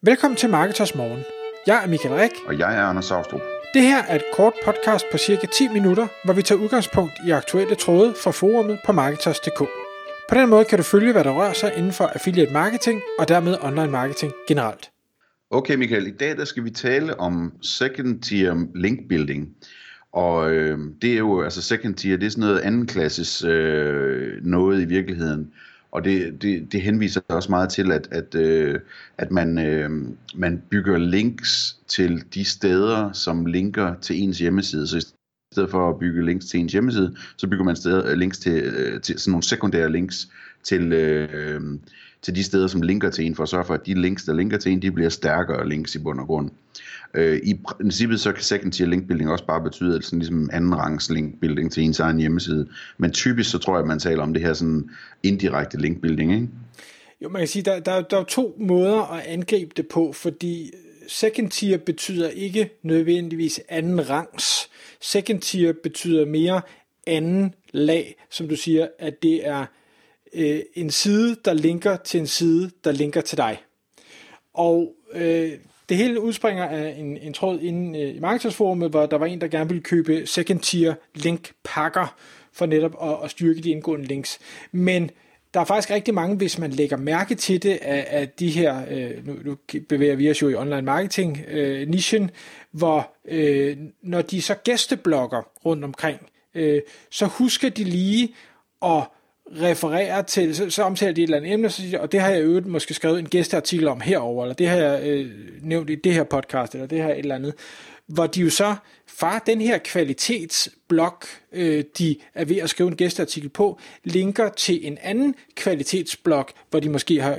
Velkommen til Marketers Morgen. Jeg er Michael Rik. Og jeg er Anders Saustrup. Det her er et kort podcast på cirka 10 minutter, hvor vi tager udgangspunkt i aktuelle tråde fra forumet på Marketers.dk. På den måde kan du følge, hvad der rører sig inden for affiliate marketing og dermed online marketing generelt. Okay Michael, i dag der skal vi tale om second tier link building. Og det er jo, altså second tier, det er sådan noget anden klasses noget i virkeligheden. Og det henviser også meget til, at man bygger links til de steder, som linker til ens hjemmeside. Så i stedet for at bygge links til ens hjemmeside, så bygger man links til sådan nogle sekundære links til de steder, som linker til en, for at sørge for, at de links, der linker til en, de bliver stærkere links i bund og grund. I princippet så kan second tier link building også bare betyde sådan ligesom anden rangs link building til ens egen hjemmeside. Men typisk så tror jeg, at man taler om det her sådan indirekte link building, ikke? Jo, man kan sige, der er to måder at angribe det på, fordi second tier betyder ikke nødvendigvis anden rangs. Second tier betyder mere anden lag, som du siger, at det er en side, der linker til en side, der linker til dig. Og det hele udspringer af en tråd inde i Marketersforumet, hvor der var en, der gerne ville købe second tier link pakker for netop at styrke de indgående links. Men der er faktisk rigtig mange, hvis man lægger mærke til det, af de her, nu bevæger vi os jo i online marketing nichen, hvor når de så gæsteblogger rundt omkring, så husker de lige at referere til, så omtaler de et eller andet emne, og det har jeg øvrigt måske skrevet en gæsteartikel om herover, eller det har jeg nævnt i det her podcast, eller det her et eller andet, hvor de jo så fra den her kvalitetsblog, de er ved at skrive en gæsteartikel på, linker til en anden kvalitetsblog, hvor de måske har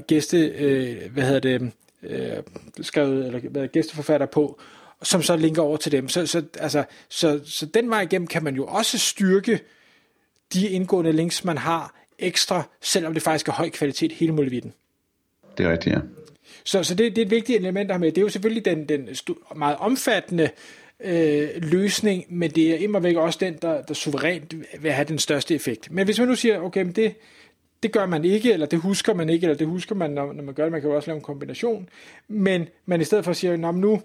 skrevet eller været gæsteforfatter på, som så linker over til dem. Så den vej igennem kan man jo også styrke de indgående links, man har ekstra, selvom det faktisk er høj kvalitet hele muligheden. Det er rigtigt, ja. Så det er et vigtigt element at have med. Det er jo selvfølgelig den meget omfattende løsning, men det er immer væk også den, der suverænt vil have den største effekt. Men hvis man nu siger, okay, men det gør man ikke, eller det husker man ikke, eller det husker man, når man gør det, man kan jo også lave en kombination, men man i stedet for siger, nu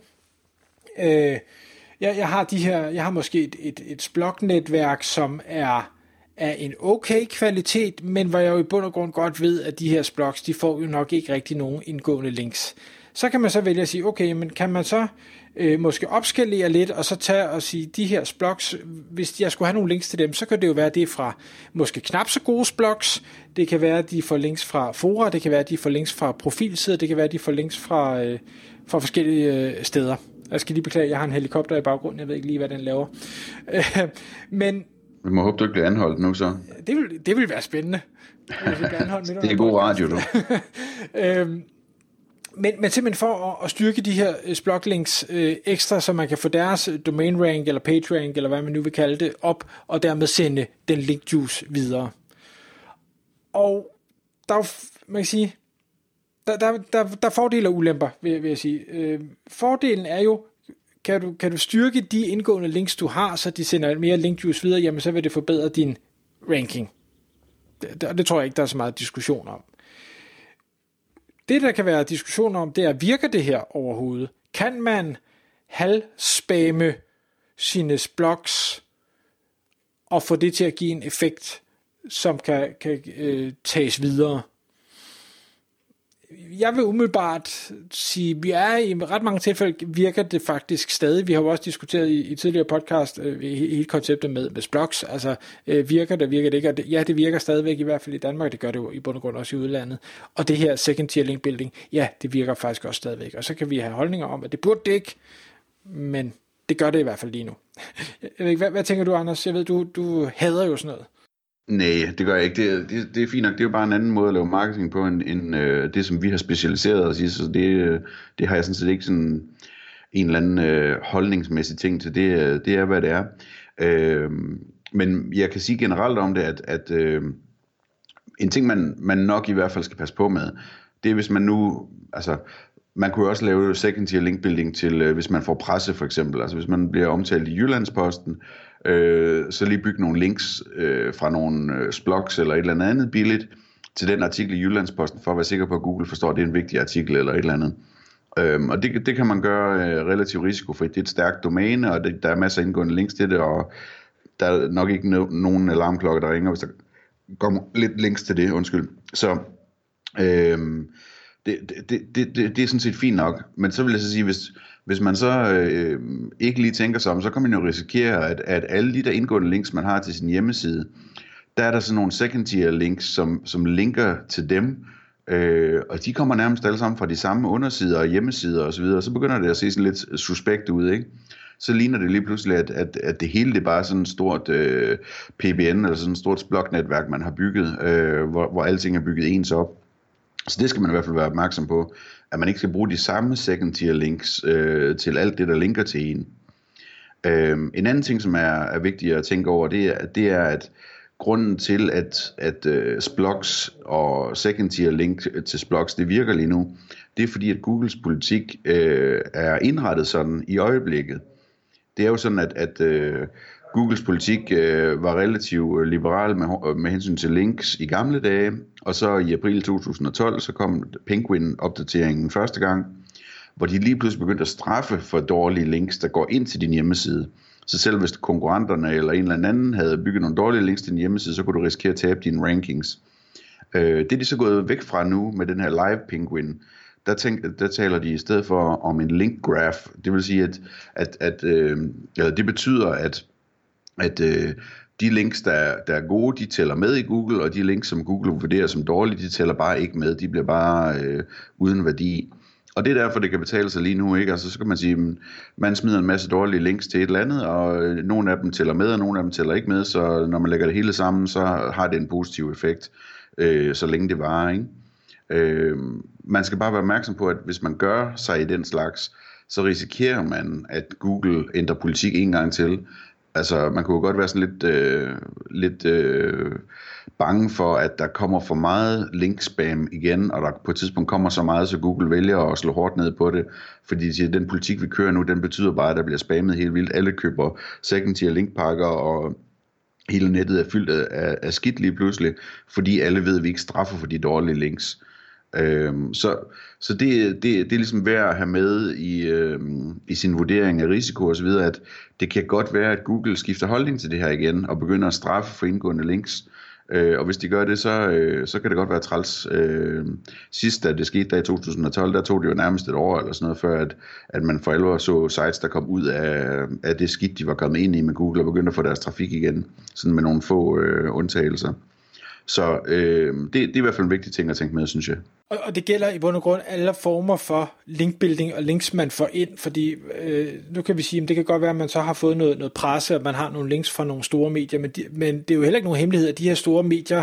jeg har måske et Splog-netværk, som er en okay kvalitet, men hvor jeg jo i bund og grund godt ved, at de her Splogs, de får jo nok ikke rigtig nogen indgående links. Så kan man så vælge at sige, okay, men kan man så måske opskalere lidt, og så tage og sige, de her Splogs, hvis jeg skulle have nogle links til dem, så kan det jo være, at det er fra måske knap så gode Splogs, det kan være, at de får links fra fora, det kan være, at de får links fra profilsider, det kan være, at de får links fra forskellige steder. Jeg skal lige beklage, jeg har en helikopter i baggrunden, jeg ved ikke lige, hvad den laver. Men vi må håbe, du ikke bliver anholdt nu så. Det vil være spændende. Det er god radio, du. Men simpelthen for at styrke de her Splog-links ekstra, så man kan få deres domain rank eller page rank, eller hvad man nu vil kalde det, op, og dermed sende den link juice videre. Og der er, man kan sige, der er fordele og ulemper, vil jeg sige. Fordelen er jo, kan du styrke de indgående links, du har, så de sender mere link juice videre, jamen så vil det forbedre din ranking. Det tror jeg ikke, der er så meget diskussion om. Det, der kan være diskussion om, det er, virker det her overhovedet? Kan man halvspamme sine blogs og få det til at give en effekt, som kan tages videre? Jeg vil umiddelbart sige, at vi er i ret mange tilfælde, virker det faktisk stadig. Vi har jo også diskuteret i tidligere podcast hele konceptet med blogs. Altså, virker det ikke? Og ja, det virker stadigvæk, i hvert fald i Danmark. Det gør det jo i bund og grund også i udlandet. Og det her second tier link building, ja, det virker faktisk også stadigvæk. Og så kan vi have holdninger om, at det burde det ikke, men det gør det i hvert fald lige nu. Jeg ved ikke, hvad tænker du, Anders? Jeg ved, du hader jo sådan noget. Nej, det gør jeg ikke. Det er fint nok. Det er jo bare en anden måde at lave marketing på, end det, som vi har specialiseret os i. Så det har jeg sådan set ikke sådan en eller anden holdningsmæssig ting til. Det er, hvad det er. Men jeg kan sige generelt om det, at en ting, man nok i hvert fald skal passe på med, det er, hvis man nu, altså, man kunne også lave second tier link building til, hvis man får presse for eksempel. Altså hvis man bliver omtalt i Jyllandsposten, så lige bygge nogle links fra nogle blogs eller et eller andet billigt til den artikel i Jyllandsposten, for at være sikker på, at Google forstår, at det er en vigtig artikel eller et eller andet. Og det kan man gøre relativt risikofrit. Det er et stærkt domæne, og der er masser af indgående links til det, og der er nok ikke nogen alarmklokke, der ringer, hvis der kommer lidt links til det, undskyld. Så det er sådan set fint nok, men så vil jeg så sige, hvis man så ikke lige tænker sig om, så kan man jo risikere, at alle de der indgående links, man har til sin hjemmeside, der er der sådan nogle second tier links, som linker til dem, og de kommer nærmest alle sammen fra de samme undersider og hjemmesider osv., og så begynder det at se sådan lidt suspekt ud, ikke? Så ligner det lige pludselig, at det hele det er bare sådan et stort PBN, eller sådan et stort blognetværk, man har bygget, hvor alting er bygget ens op. Så det skal man i hvert fald være opmærksom på, at man ikke skal bruge de samme second tier links til alt det, der linker til en. En anden ting, som er vigtigt at tænke over, det er at grunden til, at Splox og second tier link til Splox, det virker lige nu, det er fordi, at Googles politik er indrettet sådan i øjeblikket. Det er jo sådan, at Googles politik var relativt liberal med hensyn til links i gamle dage, og så i april 2012, så kom Penguin-opdateringen første gang, hvor de lige pludselig begyndte at straffe for dårlige links, der går ind til din hjemmeside. Så selv hvis konkurrenterne eller en eller anden havde bygget nogle dårlige links til din hjemmeside, så kunne du risikere at tabe dine rankings. Det er de så gået væk fra nu med den her Live Penguin. Der taler de i stedet for om en link graph. Det vil sige, at det betyder, at de links, der er gode, de tæller med i Google, og de links, som Google vurderer som dårlige, de tæller bare ikke med. De bliver bare uden værdi. Og det er derfor, det kan betale sig lige nu, ikke? Altså, så kan man sige, at man smider en masse dårlige links til et eller andet, og nogle af dem tæller med, og nogle af dem tæller ikke med, så når man lægger det hele sammen, så har det en positiv effekt, så længe det varer, ikke? Man skal bare være opmærksom på, at hvis man gør sig i den slags, så risikerer man, at Google ændrer politik en gang til. Altså, man kunne jo godt være sådan lidt bange for, at der kommer for meget linkspam igen, og der på et tidspunkt kommer så meget, så Google vælger at slå hårdt ned på det, fordi den politik, vi kører nu, den betyder bare, at der bliver spammet helt vildt. Alle køber second tier linkpakker, og hele nettet er fyldt af skidt lige pludselig, fordi alle ved, at vi ikke straffer for de dårlige links. Så det er ligesom værd at have med i sin vurdering af risiko og så videre, at det kan godt være, at Google skifter holdning til det her igen og begynder at straffe for indgående links. Og hvis de gør det, så kan det godt være træls. Sidst, da det skete der i 2012, der tog det jo nærmest et år eller sådan noget, før at man for alvor så sites, der kom ud af det skidt, de var kommet ind i med Google, og begyndte at få deres trafik igen, sådan med nogle få undtagelser. Så det er i hvert fald en vigtig ting at tænke med, synes jeg. Og det gælder i bund og grund alle former for linkbuilding og links, man får ind, fordi nu kan vi sige, at det kan godt være, at man så har fået noget presse, og man har nogle links fra nogle store medier, men det er jo heller ikke nogen hemmelighed, at de her store medier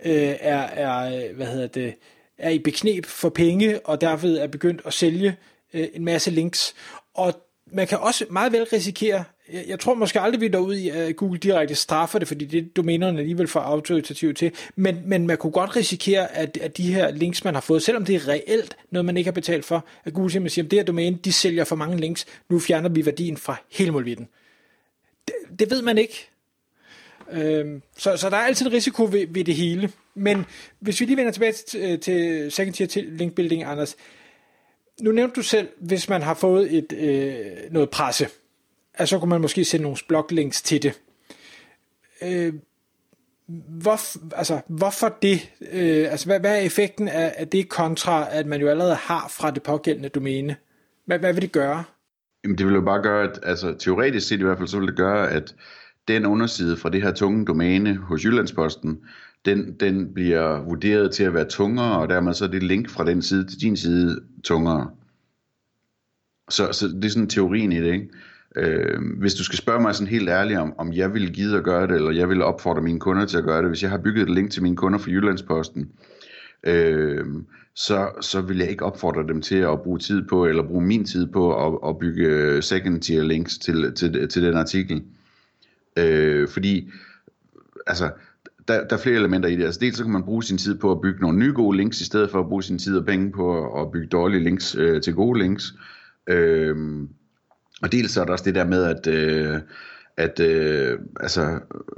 er i bekneb for penge, og derfor er begyndt at sælge en masse links. Og man kan også meget vel risikere, jeg tror måske aldrig, vi er derude i, at Google direkte straffer det, fordi det er domænerne alligevel for autoritativt til, men man kunne godt risikere, at de her links, man har fået, selvom det er reelt noget, man ikke har betalt for, at Google simpelthen siger, at det her domæne, de sælger for mange links, nu fjerner vi værdien fra hele målvidden. Det ved man ikke. Så der er altid en risiko ved det hele. Men hvis vi lige vender tilbage til second tier til linkbuilding, Anders, nu nævnte du selv, hvis man har fået noget presse, så kunne man måske sende nogle bloglinks til det. Hvorfor det? Hvad er effekten af det kontra, at man jo allerede har fra det pågældende domæne? Hvad vil det gøre? Jamen det vil jo bare gøre, at teoretisk set i hvert fald, så vil det gøre, at den underside fra det her tunge domæne hos Jyllandsposten, den bliver vurderet til at være tungere, og dermed så er det link fra den side til din side tungere. Så det er sådan teorien i det, ikke? Hvis du skal spørge mig sådan helt ærligt om jeg vil gide at gøre det, eller jeg vil opfordre mine kunder til at gøre det, hvis jeg har bygget et link til mine kunder fra Jyllandsposten, så vil jeg ikke opfordre dem til at bruge tid på, eller bruge min tid på at bygge second tier links til den artikel. Fordi altså der er flere elementer i det. Altså dels så kan man bruge sin tid på at bygge nogle nye gode links, i stedet for at bruge sin tid og penge på at bygge dårlige links til gode links. Og dels så er der også det der med,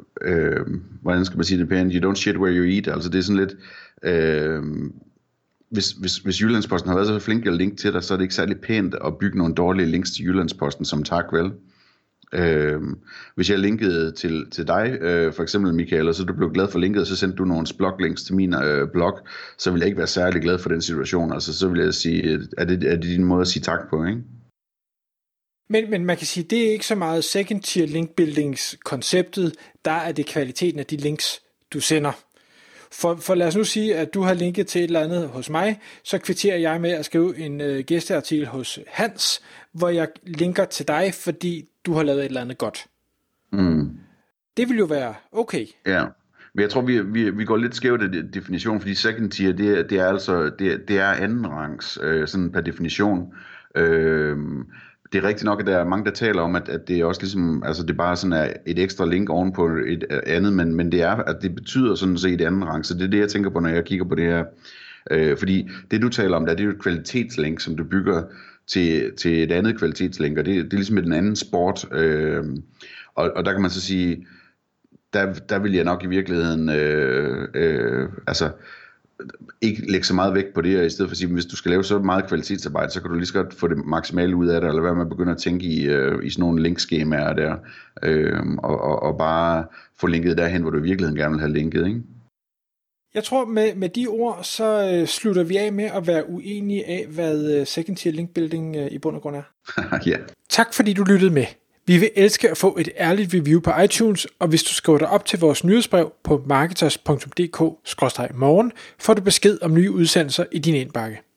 hvordan skal man sige det pænt? You don't shit where you eat. Altså det er sådan lidt, hvis Jyllandsposten har været så flink at linke til dig, så er det ikke særlig pænt at bygge nogle dårlige links til Jyllandsposten som tak, vel? Hvis jeg linkede til dig, for eksempel Michael, og så du blev glad for linket, og så sendte du nogle bloglinks til min blog, så vil jeg ikke være særlig glad for den situation. Altså så vil jeg sige, er det din måde at sige tak på, ikke? Men man kan sige, det er ikke så meget second tier link buildings konceptet, der er det kvaliteten af de links, du sender. For lad os nu sige, at du har linket til et eller andet hos mig, så kvitterer jeg med at skrive en gæsteartikel hos Hans, hvor jeg linker til dig, fordi du har lavet et eller andet godt. Mm. Det vil jo være okay. Ja, men jeg tror, vi går lidt skævt af definition, fordi second tier, det er altså det er anden rangs, sådan per definition. Det er rigtigt nok, at der er mange, der taler om, at det er også ligesom, altså det bare sådan er et ekstra link ovenpå et andet, men det er, at det betyder sådan set et anden rang, så det er det, jeg tænker på, når jeg kigger på det her. Fordi det, du taler om, det er jo et kvalitetslink, som du bygger til et andet kvalitetslink, og det er ligesom et anden sport, og der kan man så sige, der vil jeg nok i virkeligheden, altså ikke lægge så meget vægt på det, og i stedet for at sige, hvis du skal lave så meget kvalitetsarbejde, så kan du lige så godt få det maksimale ud af det, eller være med at begynde at tænke i sådan nogle linkskemaer der, og bare få linket derhen, hvor du i virkeligheden gerne vil have linket, ikke? Jeg tror, med de ord, så slutter vi af med at være uenige af, hvad second tier link building i bund og grund er. Ja. Tak fordi du lyttede med. Vi vil elske at få et ærligt review på iTunes, og hvis du skriver dig op til vores nyhedsbrev på marketers.dk/morgen, får du besked om nye udsendelser i din indbakke.